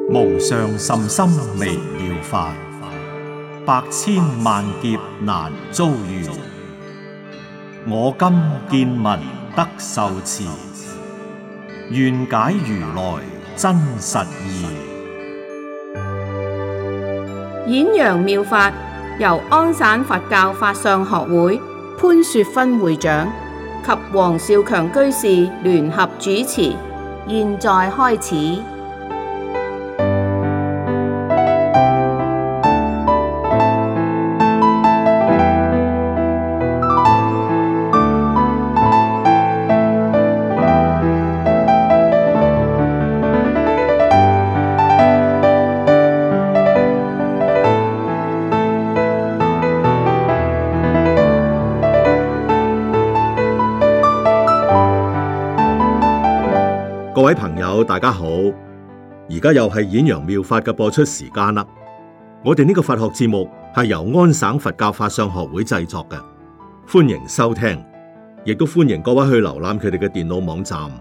無上甚深微妙法，百千萬劫難遭遇。我今見聞得受持，願解如來真實義。 演揚妙法由安省佛教法相學會潘雪芬會長及黃少強居士聯合主持，現在開始。 各位朋友，大家好！而家又係演揚妙法嘅播出時間啦。我哋呢個佛學節目係由安省佛教法相學會製作嘅，歡迎收聽，亦都歡迎各位去瀏覽佢哋嘅電腦網站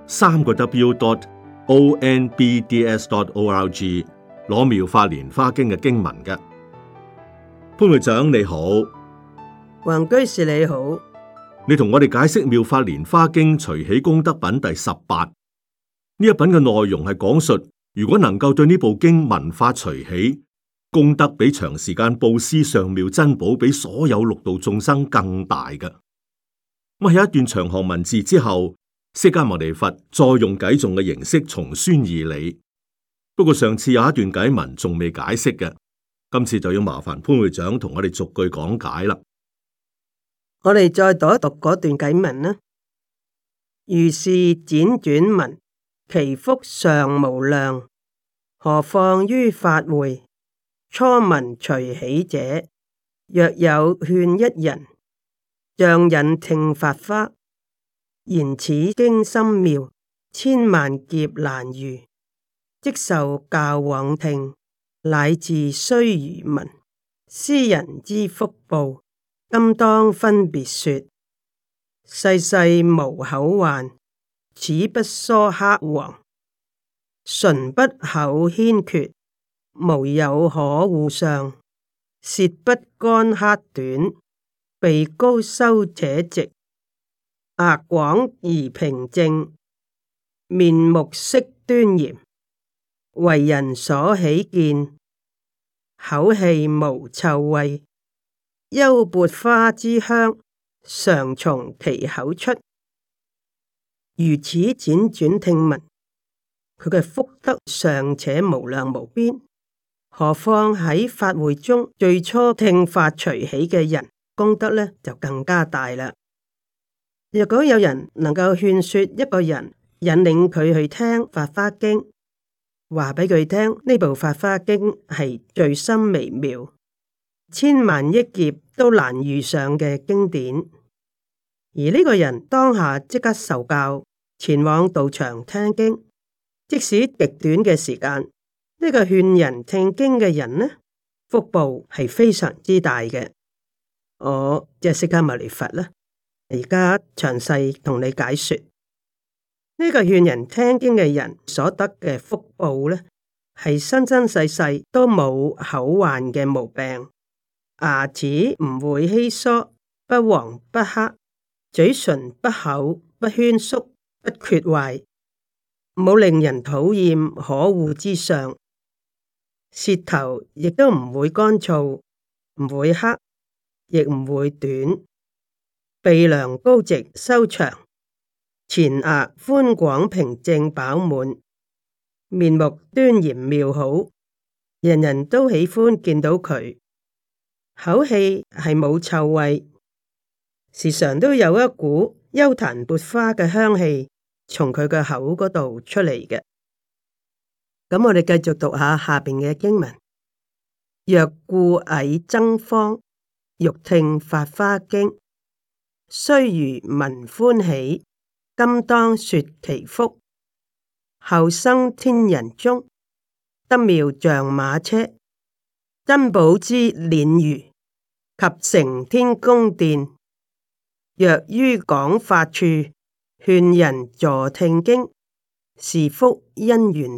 3個W.onbds.org 攞妙法蓮花經嘅經文嘅。潘會長你好， 黃居士你好， 你同我哋解釋妙法蓮花經隨喜功德品第18。呢一品嘅內容係講述，如果能夠對呢部經聞法隨喜，功德比長時間布施上妙珍寶比所有六道眾生更大嘅。咁喺一段長行文字之後，釋迦牟尼佛再用偈頌嘅形式重宣義理。不過上次有一段偈文仲未解釋嘅，今次就要麻煩潘會長同我哋逐句講解啦。 我哋再讀一讀嗰段偈文啦。如是輾轉聞，其福尚無量，何況於法會？初聞隨喜者，若有勸一人，像引聽法花，言此經深妙，千萬劫難遇，即受教往聽，乃至須臾聞。斯人之福報，今當分別說。世世無口患，此不疏刻黃，唇不口牽缺，無有可護相。舌不乾刻短，鼻高修且直，額廣而平正，面目色端嚴，為人所喜見。口氣無臭味，優鉢花之香，常從其口出。如此輾轉聽聞，佢嘅福德尚且無量無邊，何況喺法會中最初聽法隨喜嘅人，功德呢就更加大啦。若果有人能夠勸說一個人，引領佢去聽法華經，話俾佢聽呢部法華經係最深微妙，千萬億劫都難遇上嘅經典，而呢個人當下即刻受教，前往道場聽經，即使極短嘅時間，呢個勸人聽經嘅人呢，福報係非常之大嘅。我即係釋迦牟尼佛啦，而家詳細同你解說呢個勸人聽經嘅人所得嘅福報呢，係生生世世都冇口患嘅毛病，牙齒唔會稀疏，不黃不黑，嘴唇不厚不圈縮，不缺壞，冇令人討厭可惡之相。舌頭亦都唔會乾燥，唔會黑，亦唔會短。鼻梁高直修長，前額寬廣平正飽滿，面目端嚴妙好，人人都喜歡見到佢。口氣係冇臭味，時常都有一股幽檀鉢花嘅香氣從佢嘅口嗰度出嚟嘅。咁我哋繼續讀下下邊嘅經文：若故矮僧坊，欲聽法華經，須臾聞歡喜，今當說其福。後生天人中，得妙象馬車，珍寶之輦輿，及成天宮殿。若於講法處，勸人坐聽經，是福因緣得，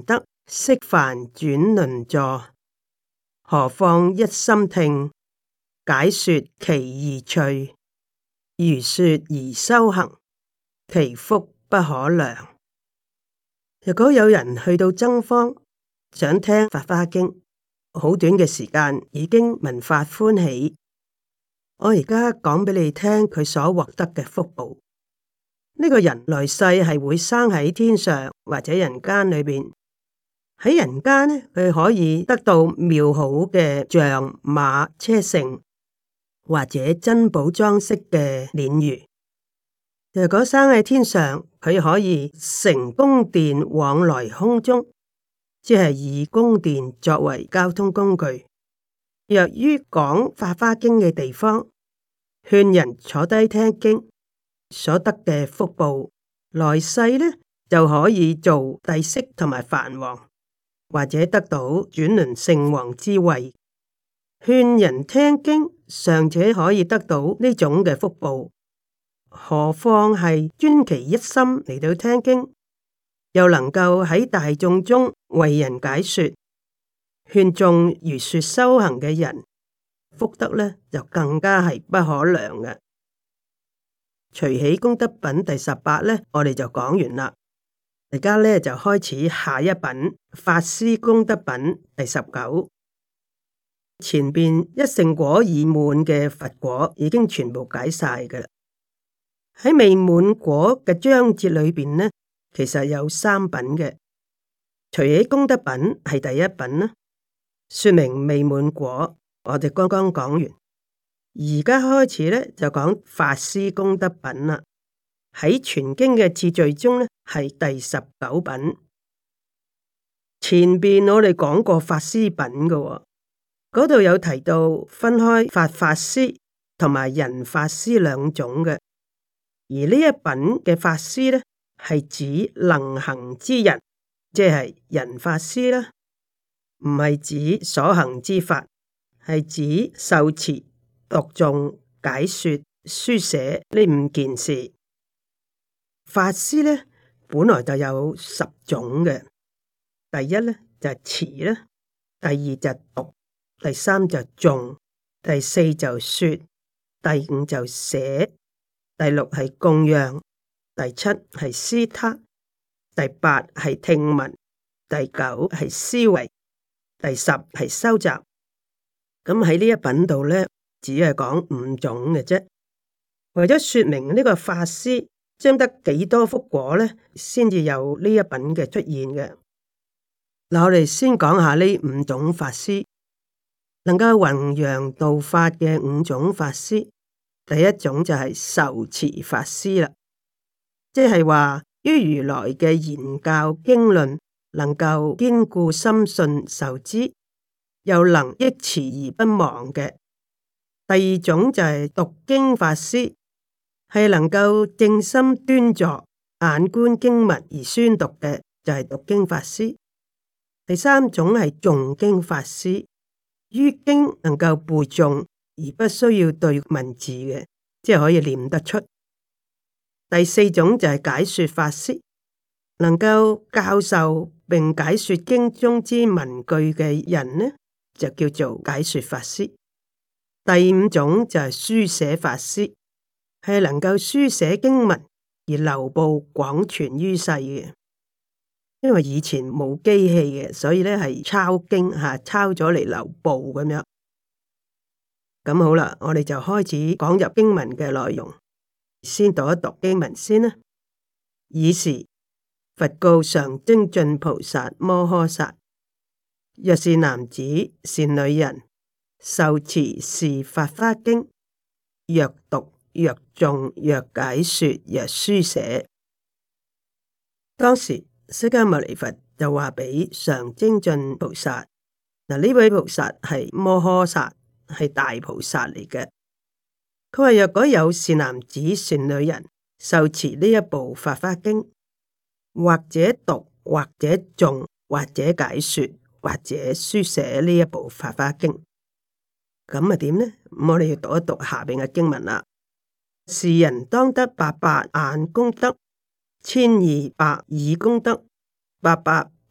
悉凡轉輪座，何況一心聽，解說其義趣，如說而修行，其福不可量。如果有人去到僧坊，想聽《法華經》，好短嘅時間已經聞法歡喜。我而家講俾你聽佢所獲得嘅福報。呢個人來世係會生喺天上或者人間裏邊。喺人間呢，佢可以得到妙好嘅象馬車乘，或者珍寶裝飾嘅輦輿。如果生喺天上，佢可以乘宮殿往來空中，即係以宮殿作為交通工具。若於講法華經嘅地方，勸人坐低聽經，所得嘅福報，來世呢就可以做帝釋同埋梵王，或者得到轉輪聖王之位。勸人聽經，尚且可以得到呢種嘅福報，何況係專其一心嚟到聽經，又能夠喺大眾中為人解說，勸眾如說修行嘅人，福德呢就更加係不可量嘅。隨喜功德品第18呢，我哋就講完啦。而家呢就開始下一品法師功德品第19。前邊一乘果已滿嘅佛果已經全部解晒㗎啦。喺未滿果嘅章節裏邊呢，其實有3品嘅。隨喜功德品係第一品啦，說明未滿果。我哋剛剛講完，而家開始呢，就講法師功德品啦。喺全經嘅次序中呢，係第19品。前邊我哋講過法師品嘅，嗰度有提到分開法師同埋人法師兩種嘅。而呢一品嘅法師呢，係指能行之人，即係人法師啦，唔係指所行之法，係指受持、讀誦、解說、書寫呢5件事。法師呢，本來就有10種嘅。第一呢，就係持啦，第二就讀，第三就誦，第四就說，第5就寫，第6係供養，第7係施他，第8係聽聞，第9係思維，第10係收集。咁喺呢一品度呢，只係講5種嘅啫。為咗說明呢個法師將得幾多福果呢，先至有呢一品嘅出現嘅。嗱，我哋先講下呢5種法師，能夠弘揚道法嘅5種法師。第一種就係受持法師啦，即係話於如來嘅言教經論能夠堅固深信受之，又能憶持而不忘嘅。第二種就係讀經法師，係能夠正心端坐，眼觀經文而宣讀嘅，就係讀經法師。第三種係誦經法師，於經能夠背誦而不需要對文字嘅，即係可以念得出。第四種就係解說法師，能夠教授並解說經中之文句嘅人呢，就叫做解說法師。第5種就係書寫法師，係能夠書寫經文而流布廣傳於世嘅。因為以前冇機器嘅，所以咧係抄經吓，抄咗嚟流布咁樣。咁好啦，我哋就開始講入經文嘅內容。先讀一讀經文先啦。爾時佛告上精進菩薩摩訶薩：若是男子善女人，受持是法華經，若讀若誦若解說若書寫。當時釋迦牟尼佛就話俾上精進菩薩，嗱，呢位菩薩係摩訶薩，係大菩薩嚟嘅。佢話若果有善男子善女人受持呢一部法華經，或者讀或者誦或者解說或者書寫呢一部法華經，咁啊點呢？我哋要讀一讀下邊嘅經文啦。是人當得800眼功德，1200耳功德，800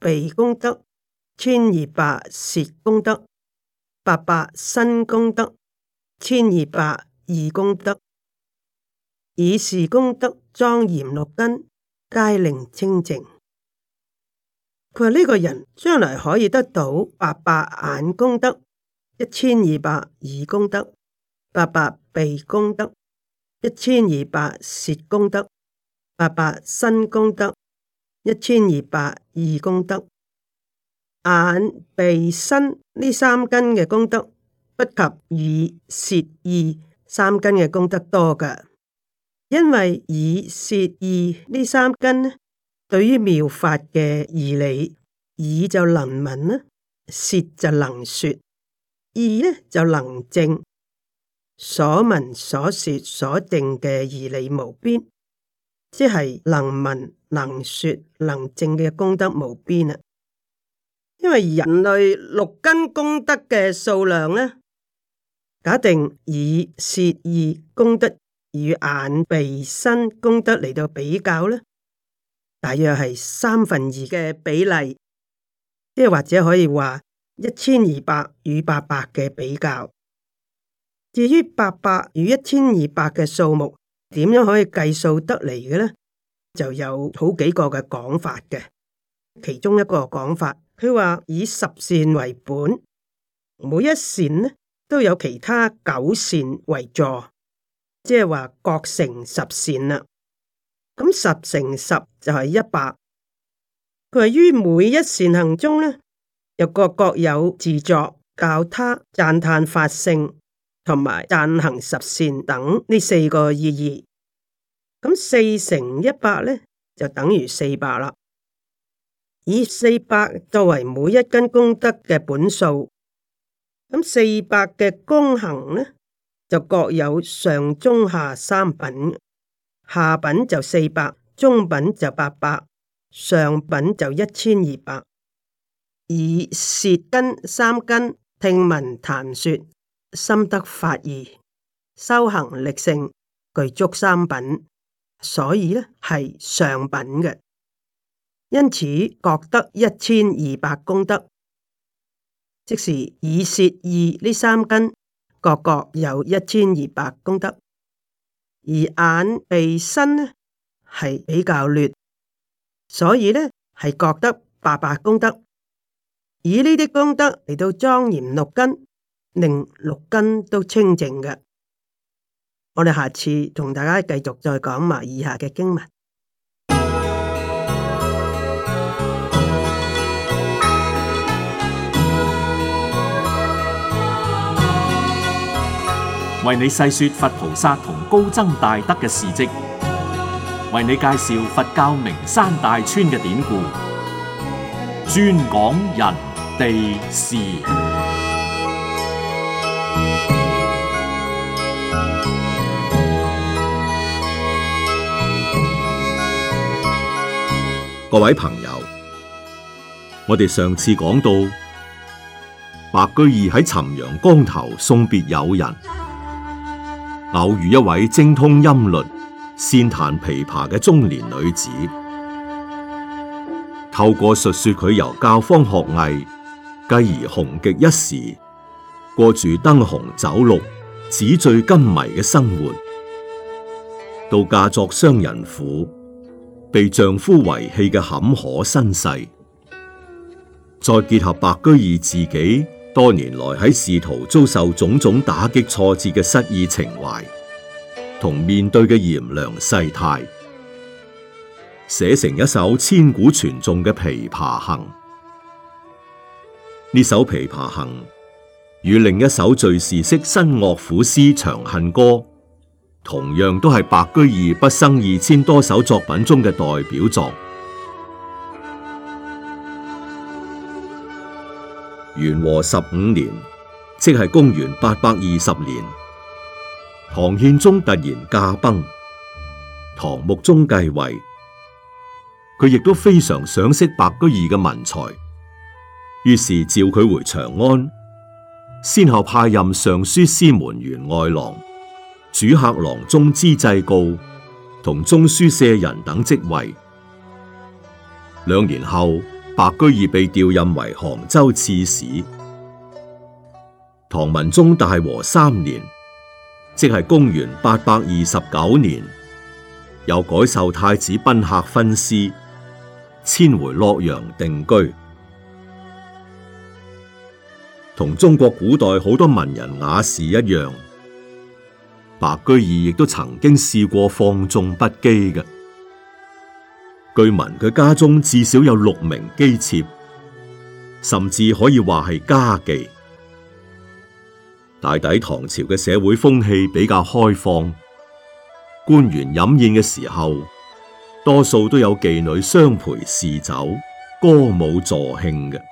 備功德、1200舌功德、800身功德、1200意功德，以是功德莊嚴六根，皆令清淨。佢話呢個人將來可以得到800眼功德、1200耳功德、800鼻功德、1200舌功德、800身功德、1200意功德。眼、鼻、身呢三根嘅功德，不及耳、舌、意三根嘅功德多㗎。因為耳、舌、意呢三根呢，對於妙法嘅義理，耳就能聞啦，舌就能說，意呢就能證。所聞所說所證嘅義理無邊，即係能聞能說能證嘅功德無邊啊！因為人類六根功德嘅數量呢，假定以舌意功德與眼鼻身功德嚟到比較呢，大約係2/3嘅比例，即係或者可以話1200與800嘅比較。至於800與1200嘅數目點樣可以計數得嚟嘅呢？就有好幾個嘅講法嘅。其中一個講法，佢話以10善為本，每一善呢都有其他9善為助，即係話各成10善啦。咁10乘10就係100。佢話於每一善行中呢，又各有自作、教他、讚歎法性同埋贊行十善等呢4個意義。咁4乘100呢，就等於400啦。以400作為每一根功德嘅本數，咁400嘅功行呢，就各有上中下3品，下品就400，中品就800，上品就1200。以舌根3根，聽聞談說，心得法義，修行力勝，具足3品，所以呢係上品嘅。因此各得1200功德，即是以舌意呢3根各有1200功德，而眼鼻身呢係比較劣，所以呢係各得800功德。以呢啲功德嚟到莊嚴六根，令六根都清淨嘅。我哋下次同大家繼續再講埋以下嘅經文。 為你細說佛菩薩同高僧大德嘅事跡，為你介紹佛教名山大川嘅典故，專講人地事。 各位朋友，我哋上次講到白居易喺潯陽江頭送別友人，偶遇一位精通音律、善彈琵琶嘅中年女子，透過述說佢由教坊學藝，繼而紅極一時，過住燈紅酒綠、紙醉金迷嘅生活，到嫁作商人婦，被丈夫遺棄嘅坎坷身世，再結合白居易自己多年來喺仕途遭受種種打擊挫折嘅失意情懷，同面對嘅炎涼世態，寫成一首千古傳頌嘅《琵琶行》。呢首《琵琶行》與另一首敘事式新樂府詩《長恨歌》，同樣都係白居易畢生2000多首作品中嘅代表作。元和15年，即係公元820年，唐憲宗突然駕崩，唐穆宗繼位。佢亦都非常賞識白居易嘅文才，於是召佢回長安，先後派任尚書司門員外郎、主客郎中知制誥同中書舍人等職位。2年後， 白居易被調任為杭州刺史。唐文宗大和3年，即係公元829年，又改授太子賓客分司，遷回洛陽定居。同中國古代好多文人雅士一樣，白居易亦都曾經試過放縱不羈嘅。據聞佢家中至少有6名姬妾，甚至可以話係家妓。大抵唐朝嘅社會風氣比較開放，官員飲宴嘅時候，多數都有妓女相陪侍酒、歌舞助興嘅。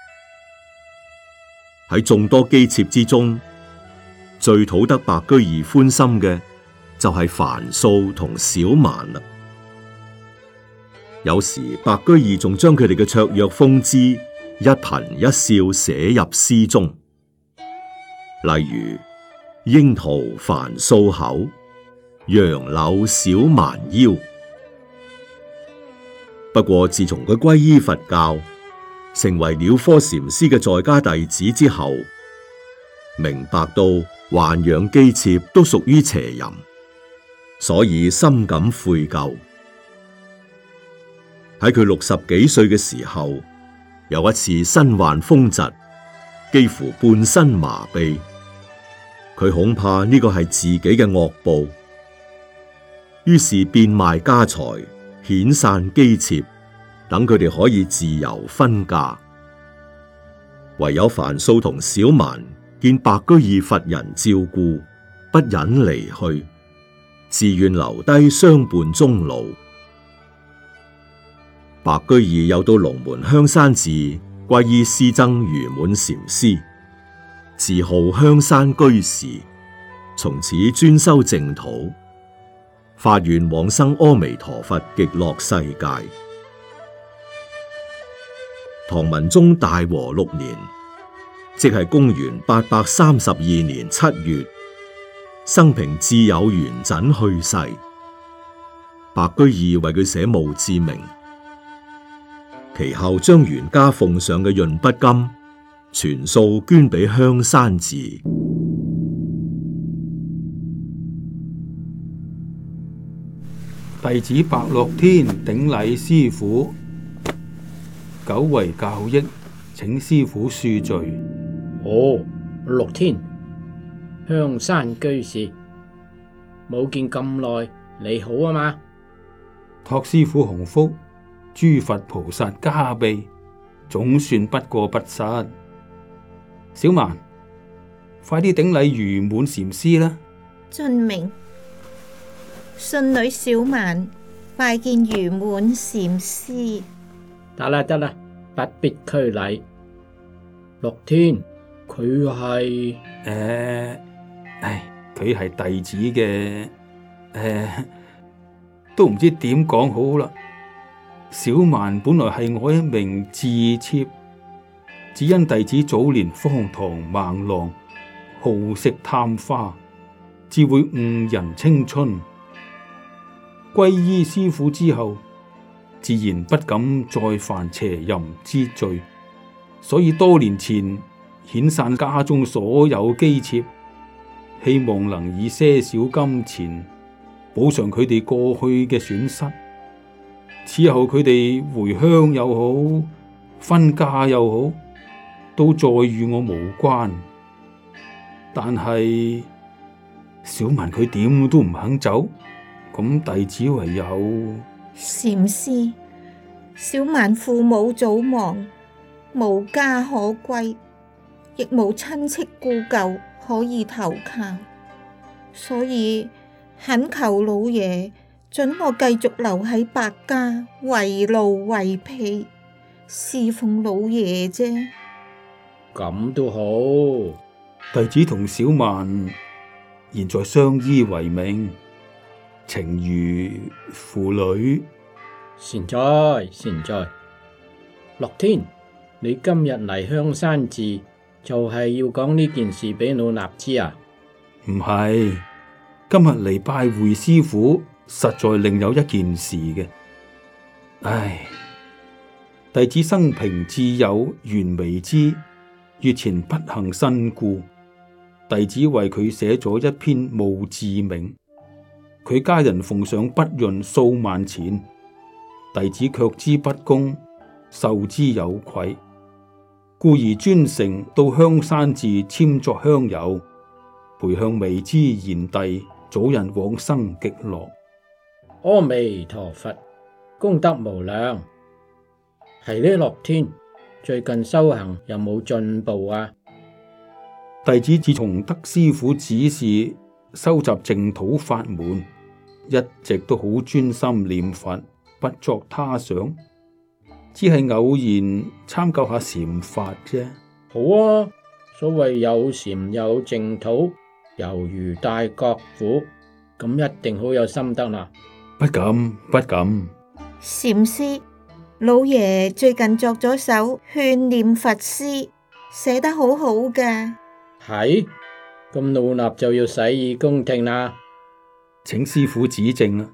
喺眾多姬妾之中，最討得白居易歡心嘅就係樊素同小蠻啦。有時白居易仲將佢哋嘅綽約風姿一顰一笑寫入詩中，例如櫻桃樊素口，楊柳小蠻腰。不過自從佢皈依佛教，成為鳥科禪師嘅在家弟子之後，明白到豢養姬妾都屬於邪淫，所以深感悔疚。喺佢60幾歲嘅時候，有一次身患風疾，幾乎半身麻痹，佢恐怕呢個係自己嘅惡報，於是變賣家財，遣散姬妾，等佢哋可以自由分嫁。唯有樊素同小蠻見白居易乏人照顧，不忍離去，自願留低相伴終老。白居易又到龍門香山寺皈依師僧余滿禪師，自號香山居士，從此專修淨土，發願往生阿彌陀佛極樂世界。唐文宗大和6年，即係公元832年7月，生平摯友元稹去世，白居易為佢寫墓誌銘。其後將原家奉上嘅潤筆金全數捐俾香山寺。 弟子白樂天頂禮師父，久違教益，請師父恕罪。 哦，樂天，香山居士，冇見咁耐，你好啊嘛？ 託師父洪福，諸佛菩薩加庇，總算不過不失。小蠻，快啲頂禮余滿禪師啦！ 遵命。信女小蠻拜見余滿禪師。 得啦得啦，不必拘禮。樂天，佢係佢係弟子嘅，都唔知點講好啦。小蠻本來係我一名侍妾，只因弟子早年荒唐猛浪，好色貪花，至會誤人青春。皈依師父之後，自然不敢再犯邪淫之罪，所以多年前遣散家中所有姬妾，希望能以些少金錢補償佢哋過去嘅損失。此後佢哋回鄉又好，分家又好，都再與我無關。但係小蠻佢點都唔肯走，咁弟子唯有。 禪師，小蠻父母早亡，無家可歸，亦無親戚故舊可以投靠，所以懇求老爺准我繼續留喺白家，為奴為婢，侍奉老爺啫。 咁都好。 弟子同小蠻現在相依為命，情如父女。 善哉善哉。樂天，你今日嚟香山寺就係要講呢件事俾老衲知啊？ 唔係，今日嚟拜會師父，實在另有一件事嘅。唉， 弟子生平自有緣為之，月前不幸身故，弟子為佢寫咗一篇墓誌銘，佢家人奉上不潤數萬錢，弟子卻知不公，受之有愧，故而專程到香山寺簽作香友，陪向未知賢弟早日往生極樂。 阿彌陀佛，功德無量。係呢，樂天，最近修行有冇進步啊？ 弟子自從得師父指示收集淨土法門，一直都好專心念佛，不作他想，只係偶然參究下禪法啫。 好啊，所謂有禪有淨土，猶如大覺府，咁一定好有心得啦。 不敢，不敢。 禪師，老爺最近作咗首勸念佛詩，寫得好好㗎。 係，咁老衲就要洗耳恭聽啦。 請師父指正啦。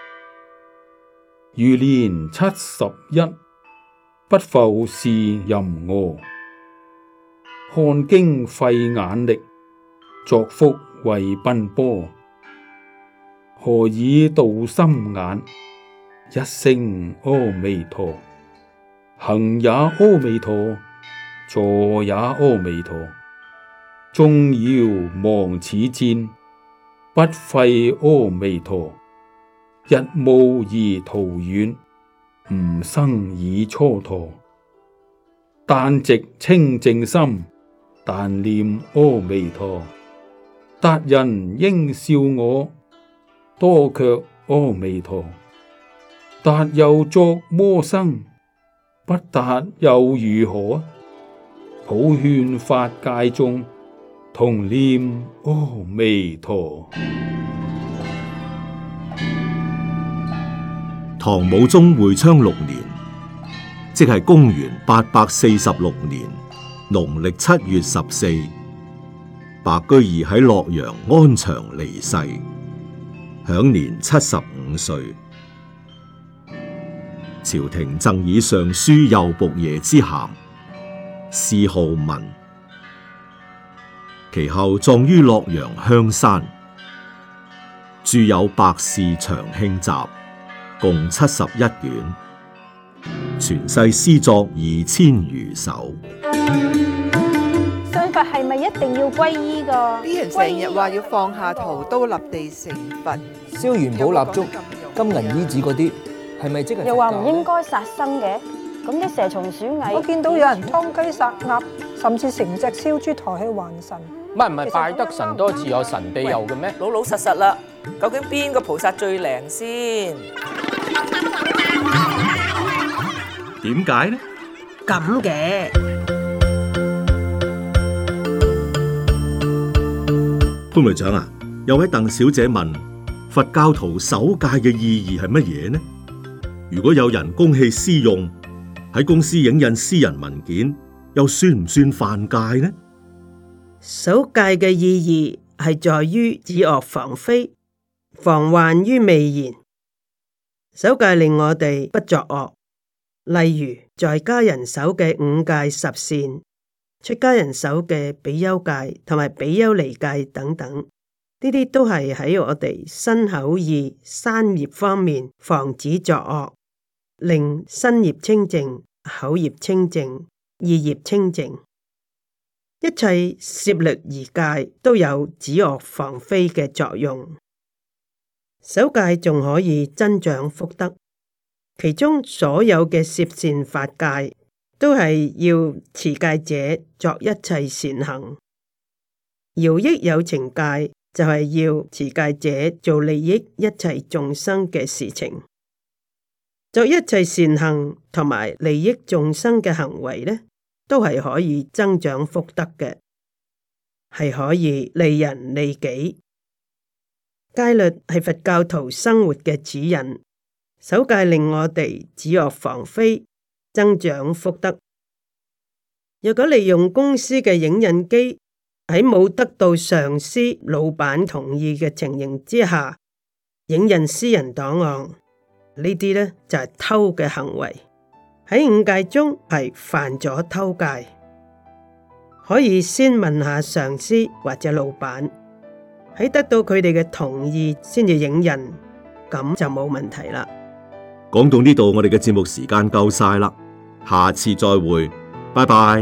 餘年71，不復是淫餓，看經費眼力，作福為奔波。何以度心眼？一聲阿彌陀，行也阿彌陀，坐也阿彌陀。終要忘此戰，不廢阿彌陀。日暮而途遠，吾生已蹉跎。但直清淨心，但念阿彌陀。達人應笑我，多卻阿彌陀。達又作魔生，不達又如何？普勸法界眾，同念阿彌陀。 唐武宗會昌6年，即係公元846年農曆7月14，白居易喺洛陽安詳離世，享年75歲。朝廷贈以尚書右僕射之銜，謚號文。其後葬於洛陽香山，著有《百事長慶集》共71卷，傳世詩作2000餘首。 信佛係咪一定要皈依㗎？ 啲人成日話要放下屠刀立地成佛， 燒元寶蠟燭、金銀衣紙嗰啲，係咪即係？ 又話唔應該殺生嘅，咁啲蛇蟲鼠蟻， 我見到有人劏雞殺鴨，甚至成隻燒豬抬去還神。 唔係拜得神多自有神庇佑嘅咩？ 老老實實啦，究竟邊個菩薩最靈先？ 點解呢？ 咁嘅潘會長啊，有位鄧小姐問佛教徒守戒嘅意義係乜嘢呢？如果有人公器私用，喺公司影印私人文件，又算唔算犯戒呢？ 守戒嘅意義係在於止惡防非，防患於未然。守戒令我哋不作惡，例如在家人守嘅5戒10善，出家人守嘅比丘戒同埋比丘尼戒等等，呢啲都係喺我哋身口意三業方面防止作惡，令身業清淨、口業清淨、意業清淨。一切攝律儀戒都有止惡防非嘅作用。守戒仲可以增長福德，其中所有嘅攝善法戒都係要持戒者作一切善行。饒益有情戒就係要持戒者做利益一切眾生嘅事情。作一切善行同埋利益眾生嘅行為呢，都係可以增長福德嘅，係可以利人利己。戒律係佛教徒生活嘅指引，守戒令我哋止惡防非，增長福德。若果利用公司嘅影印機，喺冇得到上司、老闆同意嘅情形之下，影印私人檔案，呢啲呢就係偷嘅行為。 喺五戒中係犯咗偷戒，可以先問下上司或者老闆，喺得到佢哋嘅同意先至影印，咁就冇問題啦。 講到呢度，我哋嘅節目時間夠晒啦，下次再會，拜拜。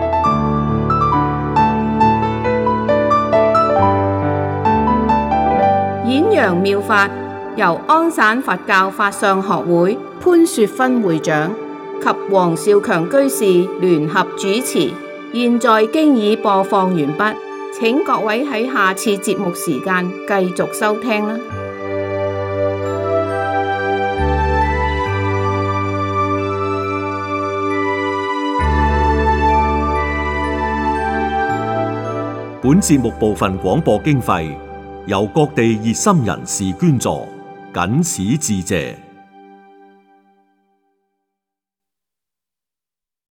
演揚妙法由安省佛教法相學會潘雪芬會長及黃少強居士聯合主持，現在經已播放完畢，請各位喺下次節目時間繼續收聽啦。 本節目部分廣播經費由各地熱心人士捐助，謹此致謝。